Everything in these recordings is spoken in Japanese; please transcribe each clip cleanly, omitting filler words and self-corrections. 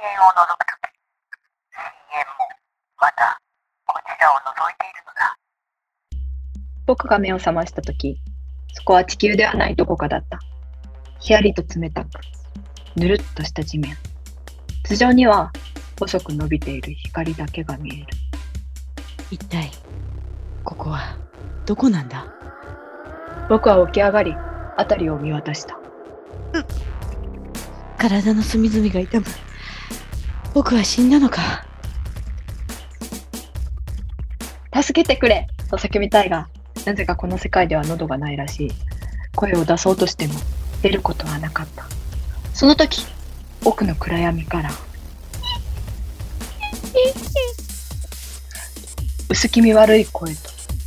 を覗くとき、深淵もまたこちらを覗いているのだ。 僕が目を覚ましたとき、そこは地球ではないどこかだった。ひやりと冷たく、ぬるっとした地面。頭上には細く伸びている光だけが見える。 一体ここはどこなんだ？ 僕は起き上がり、辺りを見渡した。 体の隅々が痛む。僕は死んだのか？ 助けてくれと叫びたいが、なぜかこの世界では喉がないらしい。声を出そうとしても出ることはなかった。その時、奥の暗闇から薄気味悪い声と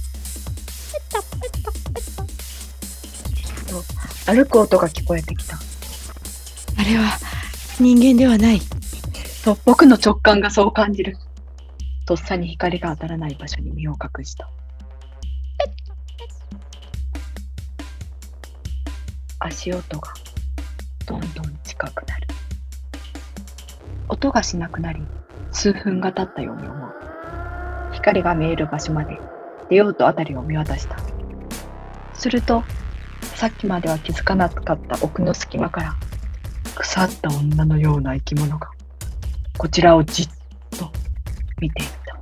歩く音が聞こえてきた。 あれは人間ではないと僕の直感がそう感じる。とっさに光が当たらない場所に身を隠した。足音がどんどん近くなる。音がしなくなり、数分が経ったように思う。光が見える場所まで出ようと辺りを見渡した。すると、さっきまでは気づかなかった奥の隙間から腐った女のような生き物がこちらをじっと見ていた。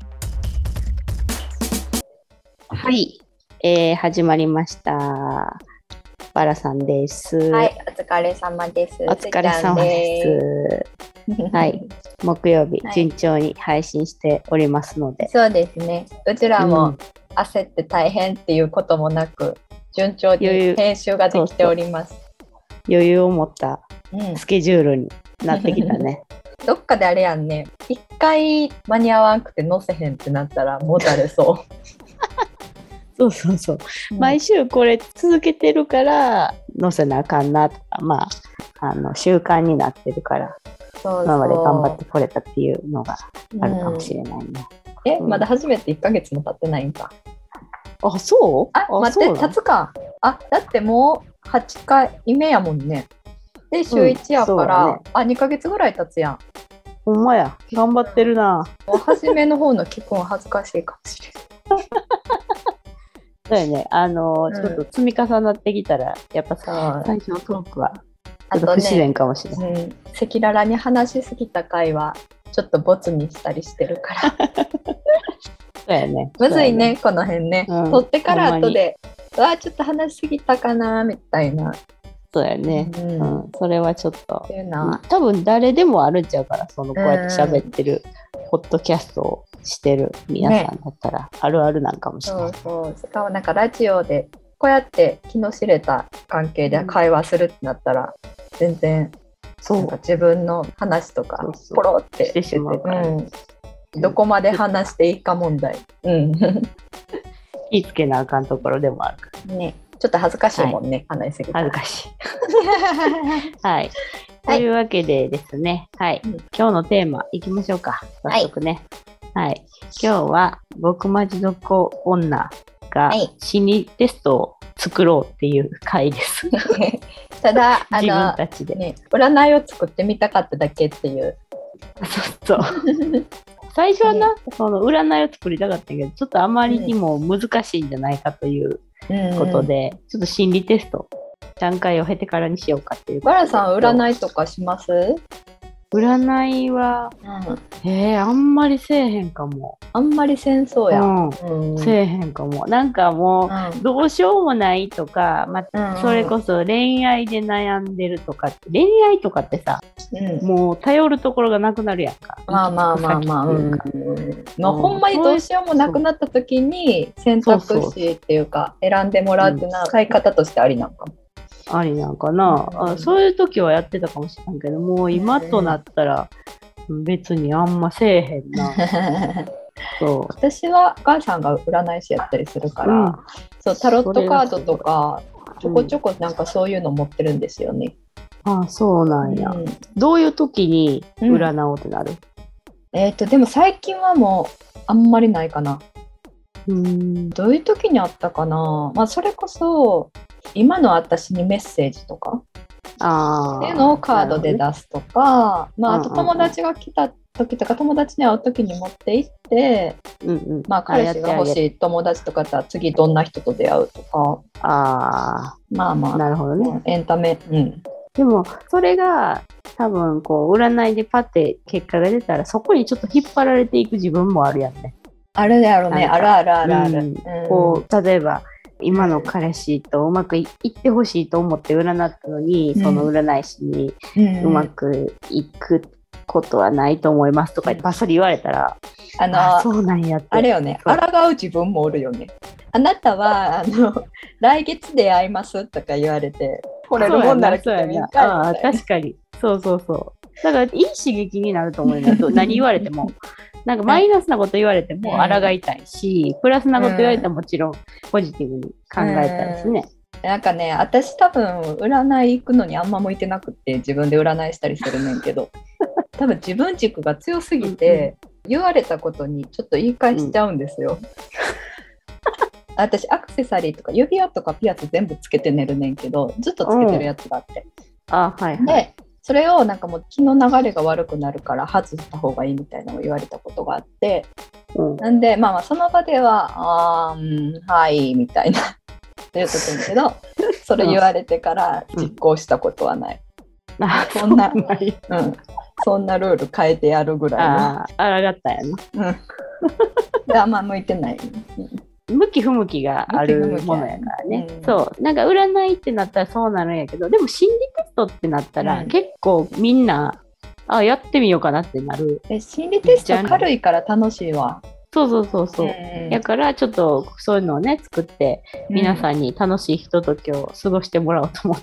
はい、始まりました。バラさんです。 はい、お疲れ様です。 お疲れ様です。はい、木曜日、順調に配信しておりますので。 そうですね。うちらも焦って大変っていうこともなく、順調に編集ができております。 余裕を持ったスケジュールになってきたね。 どっかであれやんね。一回間に合わんくて載せへんってなったらもたれそう。 そう、毎週これ続けてるから載せなあかんなとか、習慣になってるから今まで頑張ってこれたっていうのがあるかもしれないね。 まだ初めて1ヶ月も経ってないんか。 あ、そう？ 待って、経つか。だってもう8回目やもんね。で、週1やから、2ヶ月ぐらい経つやん。 ほんまや、頑張ってるな。 もう初めの方の聞くの恥ずかしいかもしれない。 そうよね、ちょっと積み重なってきたら、やっぱさ、最初のトークはちょっと不自然かもしれない。 赤裸々に話しすぎた回はちょっとボツにしたりしてるからそうやね、 むずいね、この辺ね、撮ってから後でちょっと話しすぎたかなみたいな。 そうやね、それはちょっと多分誰でもあるんちゃうから、こうやって喋ってるポッドキャストをしてる皆さんだったらあるあるなんかもしれない。 そうしかもなんかラジオでこうやって気の知れた関係で会話するってなったら、全然なんか自分の話とかポロってしてしまうから、 どこまで話していいか問題、 気ぃつけなあかんところでもあるからね。ちょっと恥ずかしいもんね、話しすぎたら。 恥ずかしいはい、というわけでですね、今日のテーマいきましょうか。早速ね、今日は僕マジ族女が心理テストを作ろうっていう回ですただ自分たちで、 占いを作ってみたかっただけっていう。 そう最初はその占いを作りたかったけど、ちょっとあまりにも難しいんじゃないかということで、ちょっと心理テスト段階を経てからにしようかっていう。 バラさん占いとかします？ 占いは、あんまりせえへんかも。 あんまりせんそうや。 せえへんかも。なんかもう、どうしようもないとか、それこそ恋愛で悩んでるとか、恋愛とかってさ、もう頼るところがなくなるやんか。 まあ、ほんまにどうしようもなくなった時に選択肢っていうか選んでもらうっていうのは使い方としてありなんかも。 ありなんかな、そういう時はやってたかもしれんけど、もう今となったら別にあんませえへんな私はお母さんが占い師やったりするから、タロットカードとかちょこちょこなんかそういうの持ってるんですよね。 そうなんや、どういう時に占おうってなる？ でも最近はもうあんまりないかな。どういう時にあったかな。それこそ今の私にメッセージとかっていうのをカードで出すとか、まあ、あと友達が来た時とか、友達に会う時に持って行って、まあ、彼氏が欲しい友達とかだったら次どんな人と出会うとか、まあまあ、 なるほどね。 エンタメ、 でもそれが多分こう占いでパッて結果が出たらそこにちょっと引っ張られていく自分もあるやんね。 あるやろね、あるあるあるある。 こう例えば今の彼氏とうまくいってほしいと思って占ったのに、その占い師にうまくいくことはないと思いますとかバッサリ言われたら、そうなんやって。 あれよね、抗う自分もおるよね。あなたは来月で会いますとか言われて、これるもんなら来てみたいな。 確かに。そうそうそう。だからいい刺激になると思います。何言われても。なんかマイナスなこと言われても抗いたいし、プラスなこと言われてももちろんポジティブに考えたいですね。 なんかね、私多分占い行くのにあんま向いてなくて自分で占いしたりするねんけど、多分自分軸が強すぎて言われたことにちょっと言い返しちゃうんですよ。私アクセサリーとか指輪とかピアス全部つけて寝るねんけど、ずっとつけてるやつがあって、でそれをなんかもう気の流れが悪くなるから外した方がいいみたいなのを言われたことがあって、なんでまあその場でははいみたいな言うとくんだけど、それ言われてから実行したことはない。そんなそんなルール変えてやるぐらいの。 あらがったやな。 あんま向いてない。 向き不向きがあるものやからね。そう。なんか占いってなったらそうなるんやけど、でも心理テストってなったら、結構みんな、やってみようかなってなる。 心理テスト軽いから楽しいわ。 そう。だからちょっとそういうのをね、作って、皆さんに楽しいひとときを過ごしてもらおうと思って。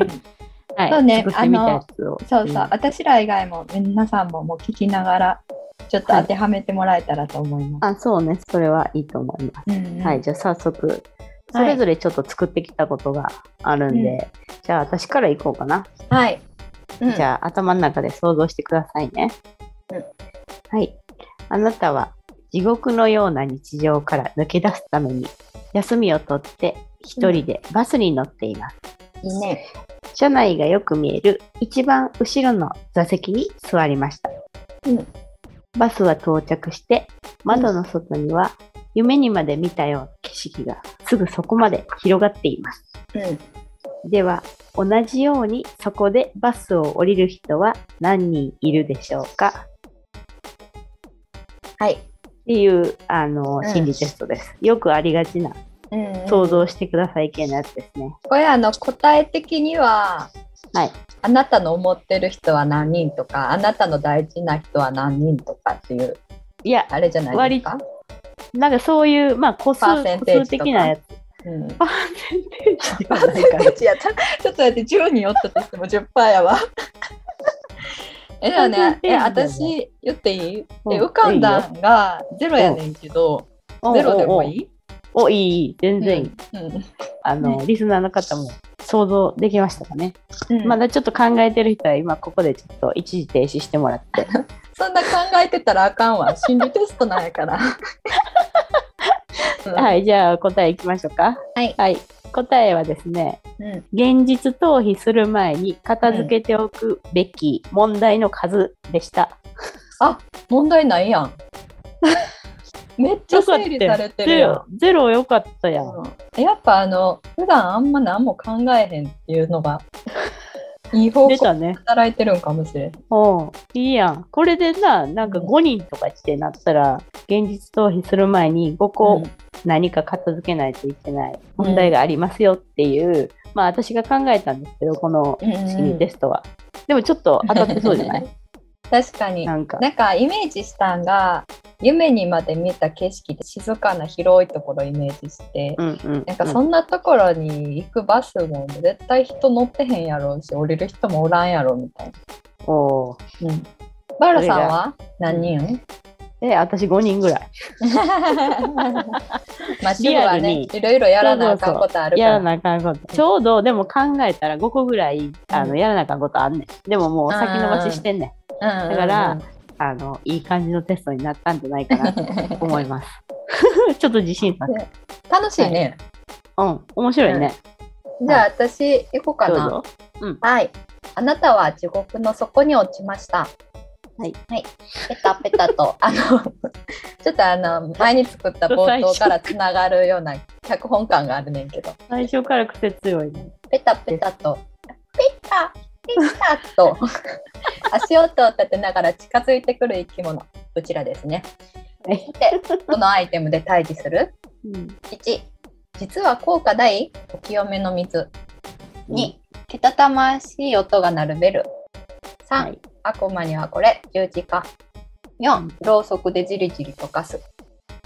はい。 そうね。 作ってみたやつを。 そう。私ら以外も皆さんももう聞きながら、ちょっと当てはめてもらえたらと思います。 そうね。それはいいと思います。はい。じゃあ早速、それぞれちょっと作ってきたことがあるんで、じゃあ私からいこうかな。 はい。 じゃあ頭の中で想像してくださいね。はい。あなたは地獄のような日常から抜け出すために休みを取って一人でバスに乗っています。 いいね。 車内がよく見える一番後ろの座席に座りました。バスは到着して窓の外には夢にまで見たような景色がすぐそこまで広がっています。では同じようにそこでバスを降りる人は何人いるでしょうか？はい。っていう心理テストです。よくありがちな想像してください系のやつですね。 これ答え的には、あなたの思ってる人は何人とか、あなたの大事な人は何人とかっていう、あれじゃないですか？ なんかそういう、個数的なやつ。パーセンテージではないかな。 ちょっと待って、10人おったとしても 10% やわ。私言っていい？浮かんだんが0やねんけど、0でもいい？ いい、全然いい。リスナーの方も想像できましたかね。まだちょっと考えてる人は今ここでちょっと一時停止してもらって。 そんな考えてたらあかんわ。心理テストなんやから。 はい、じゃあ答えいきましょうか。はい。答えはですね、現実逃避する前に片付けておくべき問題の数でした。 問題ないやん。めっちゃ整理されてるやん。 ゼロよかったやん。 やっぱ普段あんま何も考えへんっていうのがいい方向に働いてるんかもしれん。 いいやん。これでなんか5人とかしてなったら、現実逃避する前に5個何か片付けないといけない問題がありますよっていう、私が考えたんですけど、この心理テストは。でもちょっと当たってそうじゃない？ 確かに。なんかイメージしたんが、夢にまで見た景色で静かな広いところをイメージして、なんかそんなところに行くバスも絶対人乗ってへんやろうし、降りる人もおらんやろみたいな。バラさんは何人？ 私5人ぐらい。 主婦はね、いろいろやらなあかんことあるから。 やらなあかんこと。ちょうどでも考えたら5個ぐらいやらなあかんことあんねん。でももう先延ばししてんねん。だからいい感じのテストになったんじゃないかなと思います。ちょっと自信作。 楽しいね。 面白いね。 じゃあ私行こうかな。 どうぞ。 はい。あなたは地獄の底に落ちました。 はい。 はい。ペタペタとちょっと前に作った冒頭からつながるような脚本感があるねんけど。 最初から癖強いね。 ペタペタとペタペタと足音を立てながら近づいてくる生き物、うちらですね。で、このアイテムで退治する。1、実は効果大、お清めの水。2、けたたましい音が鳴るベル。3、悪魔にはこれ、十字架。4、ろうそくでじりじり溶かす。はい。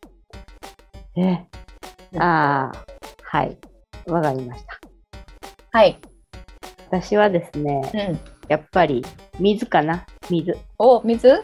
はい。わかりました。 はい。 私はですね、やっぱり水かな、水。 水？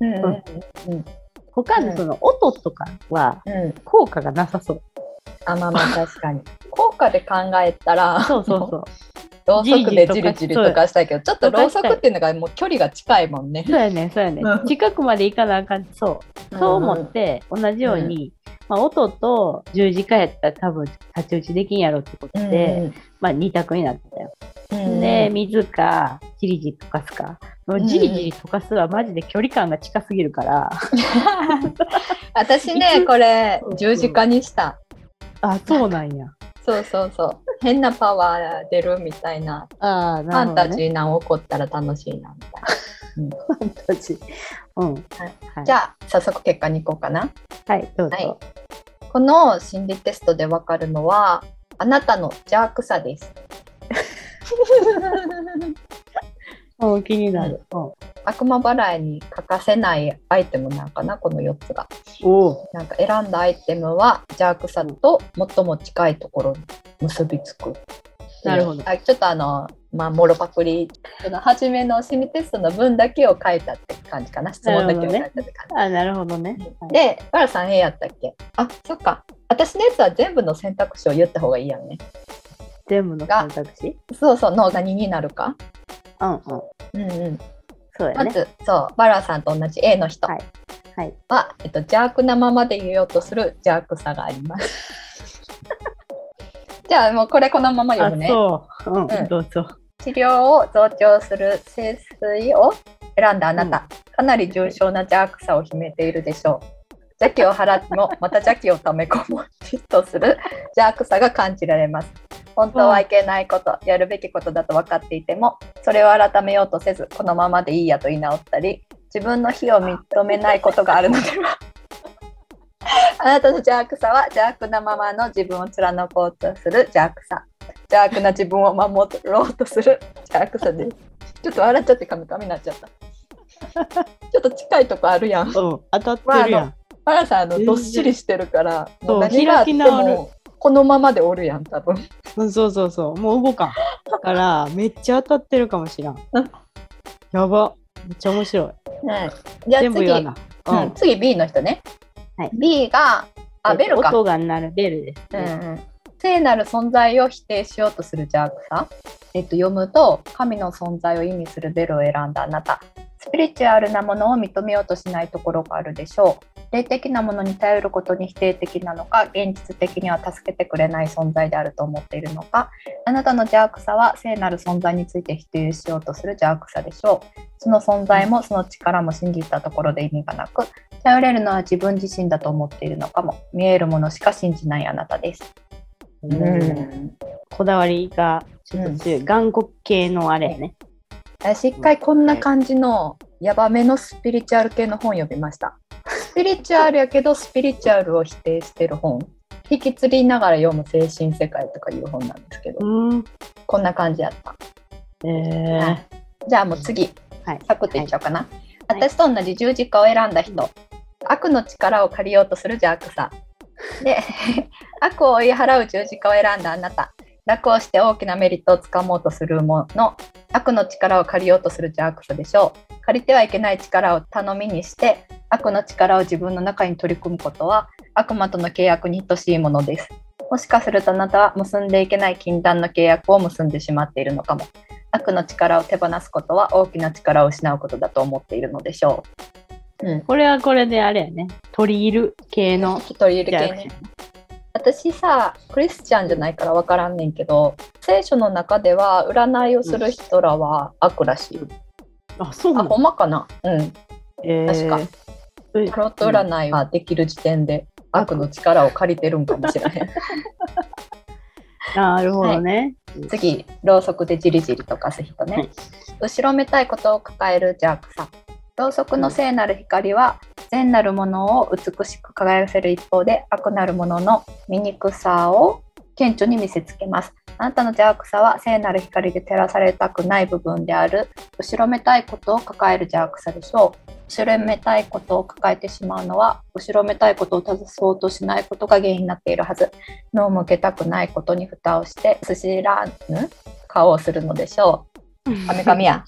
他のその音とかは効果がなさそう。 まあ確かに。効果で考えたら、 そう。 ろうそくでじりじりとかしたいけど、ちょっとろうそくっていうのがもう距離が近いもんね。 そうやね。近くまで行かなあかん。そう思って同じように、音と十字架やったら多分太刀打ちできんやろってことで、2択になったよ。で、水かじりじり溶かすか。じりじり溶かすはマジで距離感が近すぎるから。 私ね、これ十字架にした。 そうなんや。 そう変なパワー出るみたいな、ファンタジーな起こったら楽しいなみたいな、 ファンタジー、 じゃあ早速結果に行こうかな。 はい、どうぞ。 この心理テストでわかるのはあなたの邪悪さです。 気になる。 悪魔払いに欠かせないアイテムなんかな、この4つが。なんか選んだアイテムは邪悪さと最も近いところに結びつく。 なるほど。 ちょっともろパクリ、初めの心理テストの分だけを書いたって感じかな。質問だけを書いたって感じ。 なるほどね。 で、バラさん A やったっけ？そっか。私のやつは全部の選択肢を言った方がいいやんね。 全部の選択肢？ そう、の何になるか。 そうやね。 まず、バラさんと同じ A の人は、邪悪なままで言おうとする邪悪さがあります。じゃあもうこのまま読むね。どうぞ。 治療を増長する聖水を選んだあなた、かなり重症な邪悪さを秘めているでしょう。邪気を払ってもまた邪気を溜め込もうとする邪悪さが感じられます。本当はいけないこと、やるべきことだと分かっていても、それを改めようとせず、このままでいいやと言い直ったり、自分の非を認めないことがあるのでは。あなたの邪悪さは邪悪なままの自分を貫こうとする邪悪さ。邪悪な自分を守ろうとする邪悪さです。ちょっと笑っちゃってカミカミになっちゃった。ちょっと近いとこあるやん。 当たってるやん。 パラさんどっしりしてるから、何があってもこのままでおるやん、多分。 そう。もう動かん。だから、めっちゃ当たってるかもしらん。やば。めっちゃ面白い。 じゃあ全部言わな。 次 B の人ね。B が、ベルか。 音が鳴るベルです。 聖なる存在を否定しようとする邪悪さ。読むと、神の存在を意味するベルを選んだあなた。スピリチュアルなものを認めようとしないところがあるでしょう。霊的なものに頼ることに否定的なのか、現実的には助けてくれない存在であると思っているのか、あなたの邪悪さは聖なる存在について否定しようとする邪悪さでしょう。その存在もその力も信じたところで意味がなく、頼れるのは自分自身だと思っているのかも。見えるものしか信じないあなたです。 こだわりがちょっと強い。頑固系のあれね。 私一回こんな感じのヤバめのスピリチュアル系の本読みました。スピリチュアルやけどスピリチュアルを否定してる本。引き継ぎながら読む精神世界とかいう本なんですけど、こんな感じやった。じゃあもう次、サクッといっちゃおうかな。私と同じ十字架を選んだ人。悪の力を借りようとする邪悪さ。で、悪を追い払う十字架を選んだあなた。楽をして大きなメリットをつかもうとするもの。悪の力を借りようとする邪悪さでしょう。借りてはいけない力を頼みにして悪の力を自分の中に取り組むことは悪魔との契約に等しいものです。もしかするとあなたは結んでいけない禁断の契約を結んでしまっているのかも。悪の力を手放すことは大きな力を失うことだと思っているのでしょう。 これはこれであれやね。取り入る系の。 取り入る系ね。 私さ、クリスチャンじゃないから分からんねんけど、聖書の中では占いをする人らは悪らしい。 あ、そうなの？ ほんまかな。確かタロット占いはできる時点で悪の力を借りてるんかもしれへん。 なるほどね。 次、ろうそくでじりじりとかす人ね。後ろめたいことを抱える邪悪さ。ろうそくの聖なる光は善なるものを美しく輝かせる一方で、悪なるものの醜さを顕著に見せつけます。あなたの邪悪さは聖なる光で照らされたくない部分である後ろめたいことを抱える邪悪さでしょう。後ろめたいことを抱えてしまうのは、後ろめたいことを正そうとしないことが原因になっているはず。目を向けたくないことに蓋をしてすしらぬ顔をするのでしょう。カミカミや。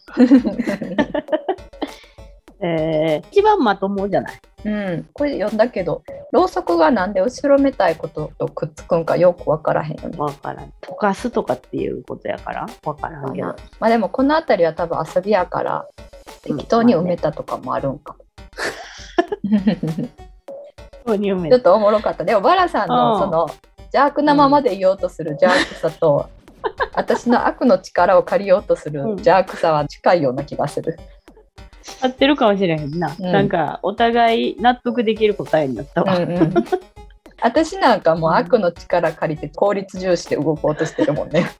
一番まともじゃない？ これ読んだけど、ろうそくがなんで後ろめたいこととくっつくんかよく分からへんよね。 分からん。溶かすとかっていうことやから分からんけど、 まあでもこの辺りは多分遊びやから適当に埋めたとかもあるんかも。ちょっとおもろかった。でもバラさんのその邪悪なままでいようとする邪悪さと、私の悪の力を借りようとする邪悪さは近いような気がする。 合ってるかもしれへんな。なんかお互い納得できる答えになったわ。 私なんかもう悪の力借りて効率重視で動こうとしてるもんね。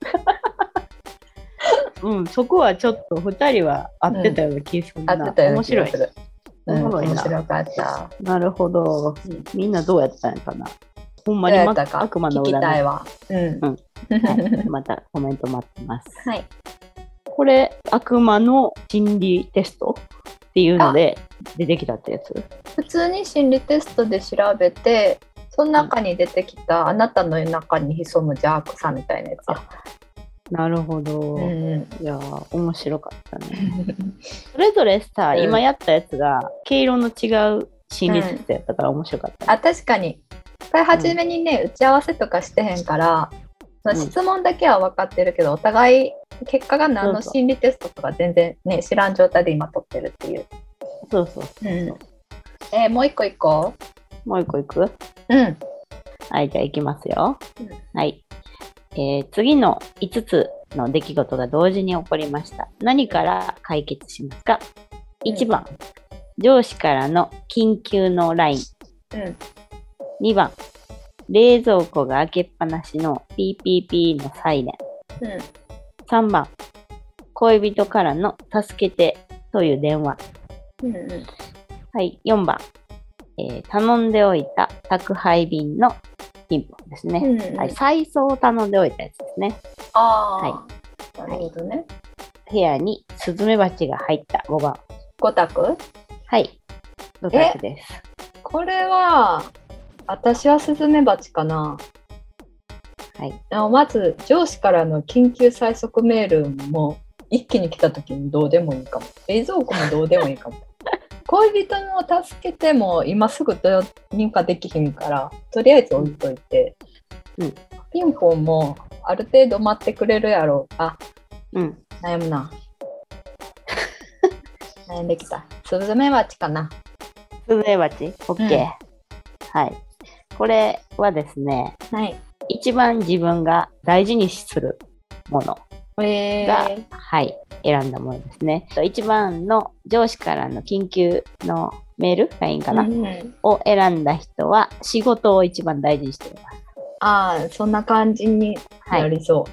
そこはちょっと2人は合ってたような気がするな。 合ってたような気がする。 面白かった。 なるほど。みんなどうやったんかな。ほんまに悪魔の占い。聞きたいわ。 またコメント待ってます。 はい。 これ悪魔の心理テストっていうので出てきたってやつ？ 普通に心理テストで調べて、その中に出てきたあなたの中に潜む邪悪さみたいなやつや。 なるほど。いや面白かったね。それぞれさ、今やったやつが毛色の違う心理テストやったから面白かった、ね。 確かに。これ初めにね、打ち合わせとかしてへんから、質問だけは分かってるけど、お互い結果が何の心理テストとか全然ね知らん状態で今取ってるっていう。 そう。 もう一個いこう。もう一個いく？はい、じゃあいきますよ。はい。次の5つの出来事が同時に起こりました。何から解決しますか？ 1 番、上司からの緊急の LINE。2番、冷蔵庫が開けっぱなしの PPP のサイレン。3番、恋人からの助けてという電話。はい、4番、頼んでおいた宅配便のピンポンですね。はい、再送を頼んでおいたやつですね。 はい。なるほどね。 部屋にスズメバチが入った5番。 5択？ はい、5択です。 これは私はスズメバチかな。 はい。 まず上司からの緊急催促メールも一気に来た時にどうでもいいかも。冷蔵庫もどうでもいいかも。恋人の助けても今すぐ認可できひんからとりあえず置いといて、ピンポンもある程度待ってくれるやろう。悩むな。悩んできた。スズメバチかな。 スズメバチ OK、はい。これはですね、一番自分が大事にするものが、選んだものですね。1番の上司からの緊急のメール、LINE かな、を選んだ人は仕事を一番大事にしています。 そんな感じになりそう。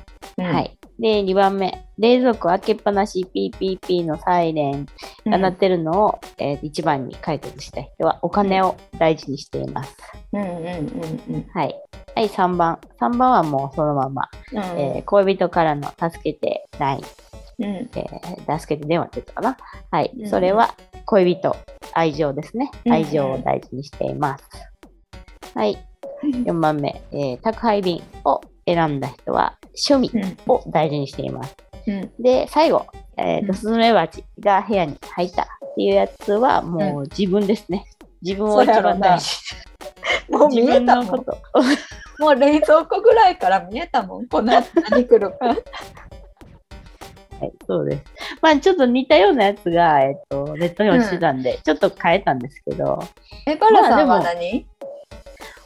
はい。で、2番目、冷蔵庫開けっぱなし PPP のサイレンが鳴ってるのを、1番に解決した人はお金を大事にしています。はい。はい、3番。3番はもうそのまま、恋人からの助けて LINE。助けて電話って言ったかな。はい。それは恋人、愛情ですね。愛情を大事にしています。はい。4番目、宅配便を選んだ人は趣味を大事にしています。で、最後、スズメバチが部屋に入ったっていうやつはもう自分ですね。自分を一番大事。 もう見えたもん。もう冷蔵庫ぐらいから見えたもん。この後何来るか。 はい、そうです。まあちょっと似たようなやつが、ネットに落ちてたんで、ちょっと変えたんですけど。 バラさんは何？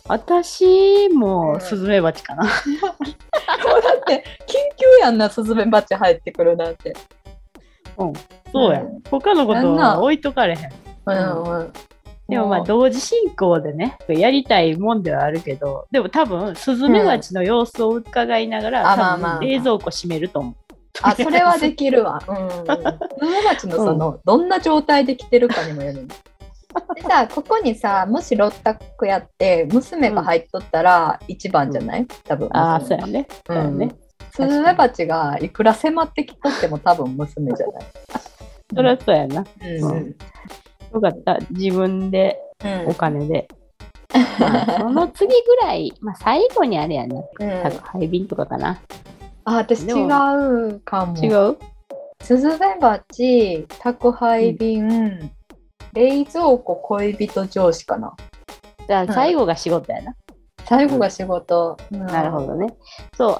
私もスズメバチかな。 だって緊急やんな、スズメバチ入ってくるなんて。 うん、そうや。他のこと置いとかれへん。でもまあ同時進行でね、やりたいもんではあるけど、でも多分スズメバチの様子を伺いながら、多分冷蔵庫閉めると思う。 あ、それはできるわ。スズメバチのどんな状態で来てるかにもよる。でさ、ここにさ、もし6択やって娘が入っとったら1番じゃない？多分。 ああ、そうやね。 スズメバチがいくら迫ってきとっても多分娘じゃない。 そりゃそうやな。よかった。自分でお金で。その次ぐらい、まあ最後にあれやな。宅配便とかかな。 あ、私違うかも。 違う？ スズメバチ、宅配便、冷蔵庫、恋人上司かな。 じゃあ最後が仕事やな。 最後が仕事。 なるほどね。そう、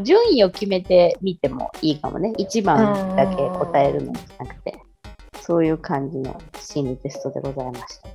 順位を決めてみてもいいかもね。1番だけ答えるのじゃなくて、そういう感じの心理テストでございました。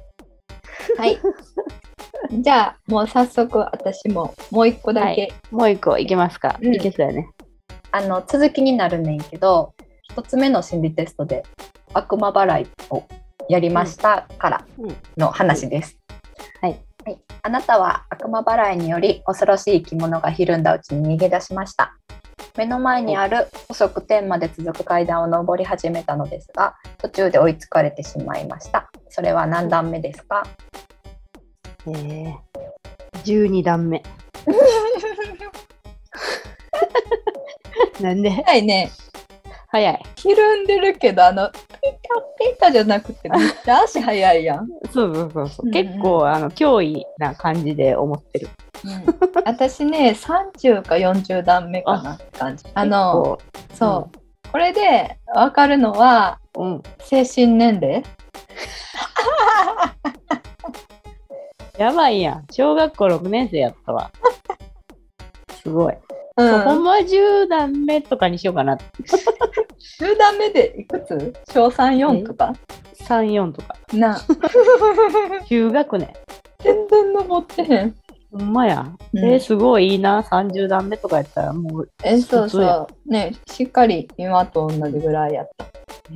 はい。じゃあ、もう早速私ももう一個だけ。 もう一個いけますか？いけそうやね。 続きになるねんけど、一つ目の心理テストで悪魔払いをやりましたからの話です。はい。あなたは悪魔払いにより恐ろしい生き物がひるんだうちに逃げ出しました。目の前にある細く天まで続く階段を上り始めたのですが、途中で追いつかれてしまいました。それは何段目ですか ？12段目。なんで？ 早いね。 早い。 ひるんでるけど、ピカピカじゃなくてめっちゃ足早いやん。 そう。結構脅威な感じで思ってる。 私ね、30か40段目かなって感じ。そう。これで分かるのは、精神年齢。 やばいやん。小学校6年生やったわ。すごい。ほんまは10段目とかにしようかな。 10段目でいくつ？小3、4とか ？3、4とか。 な。 中学年。 全然登ってへん。 ほんまや。すごいいいな。30段目とかやったらもう。 そう。ね、しっかり今と同じぐらいやった。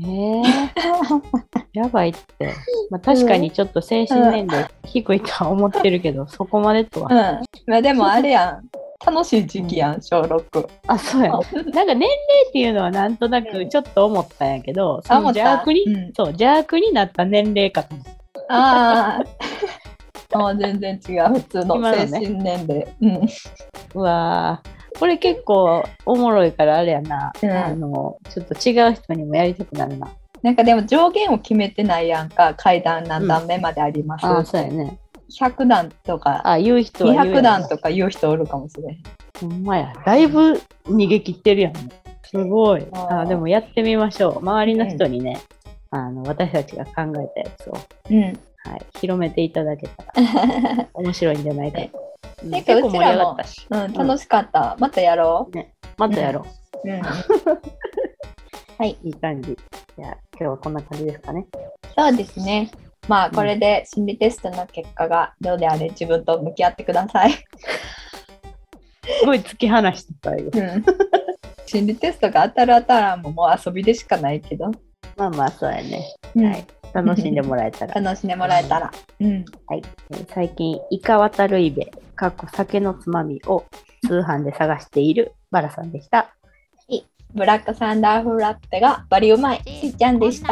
やばいって。まあ、確かにちょっと精神年齢低いとは思ってるけど、そこまでとは。 まあでもあれやん。楽しい時期やん、小6。 あ、そうや。なんか年齢っていうのはなんとなくちょっと思ったんやけど、その邪悪になった年齢かと思った。 ああ、全然違う。普通の精神年齢。 うわー、これ結構おもろいからあれやな。ちょっと違う人にもやりたくなるな。 なんかでも上限を決めてないやんか。階段何段目まであります。 あ、そうやね。 100段とか言う人は 200段とか言う人おるかもしれん。 ほんまや。だいぶ逃げ切ってるやん。すごい。でもやってみましょう。周りの人にね、私たちが考えたやつを、広めていただけたら面白いんじゃないかと。 結構盛り上がったし。楽しかった。またやろう。 またやろう。はい。いい感じ。じゃあ今日はこんな感じですかね。 そうですね。まあこれで心理テストの結果がどうであれ自分と向き合ってください。すごい突き放した最後。 心理テストが当たる当たらんももう遊びでしかないけど。 まあそうやね。はい。楽しんでもらえたら。 楽しんでもらえたら。 はい。最近イカワタルイベ酒のつまみを通販で探しているバラさんでした。 ブラックサンダーフラッペがバリうまいしーちゃんでした。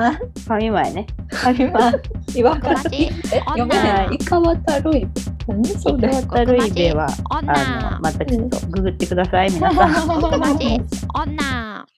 ファミマやね。 ファミマ。岩から読めない。イカワタルイベ。何それ？ イカワタルイベはまたちょっとググってください皆さん。 女。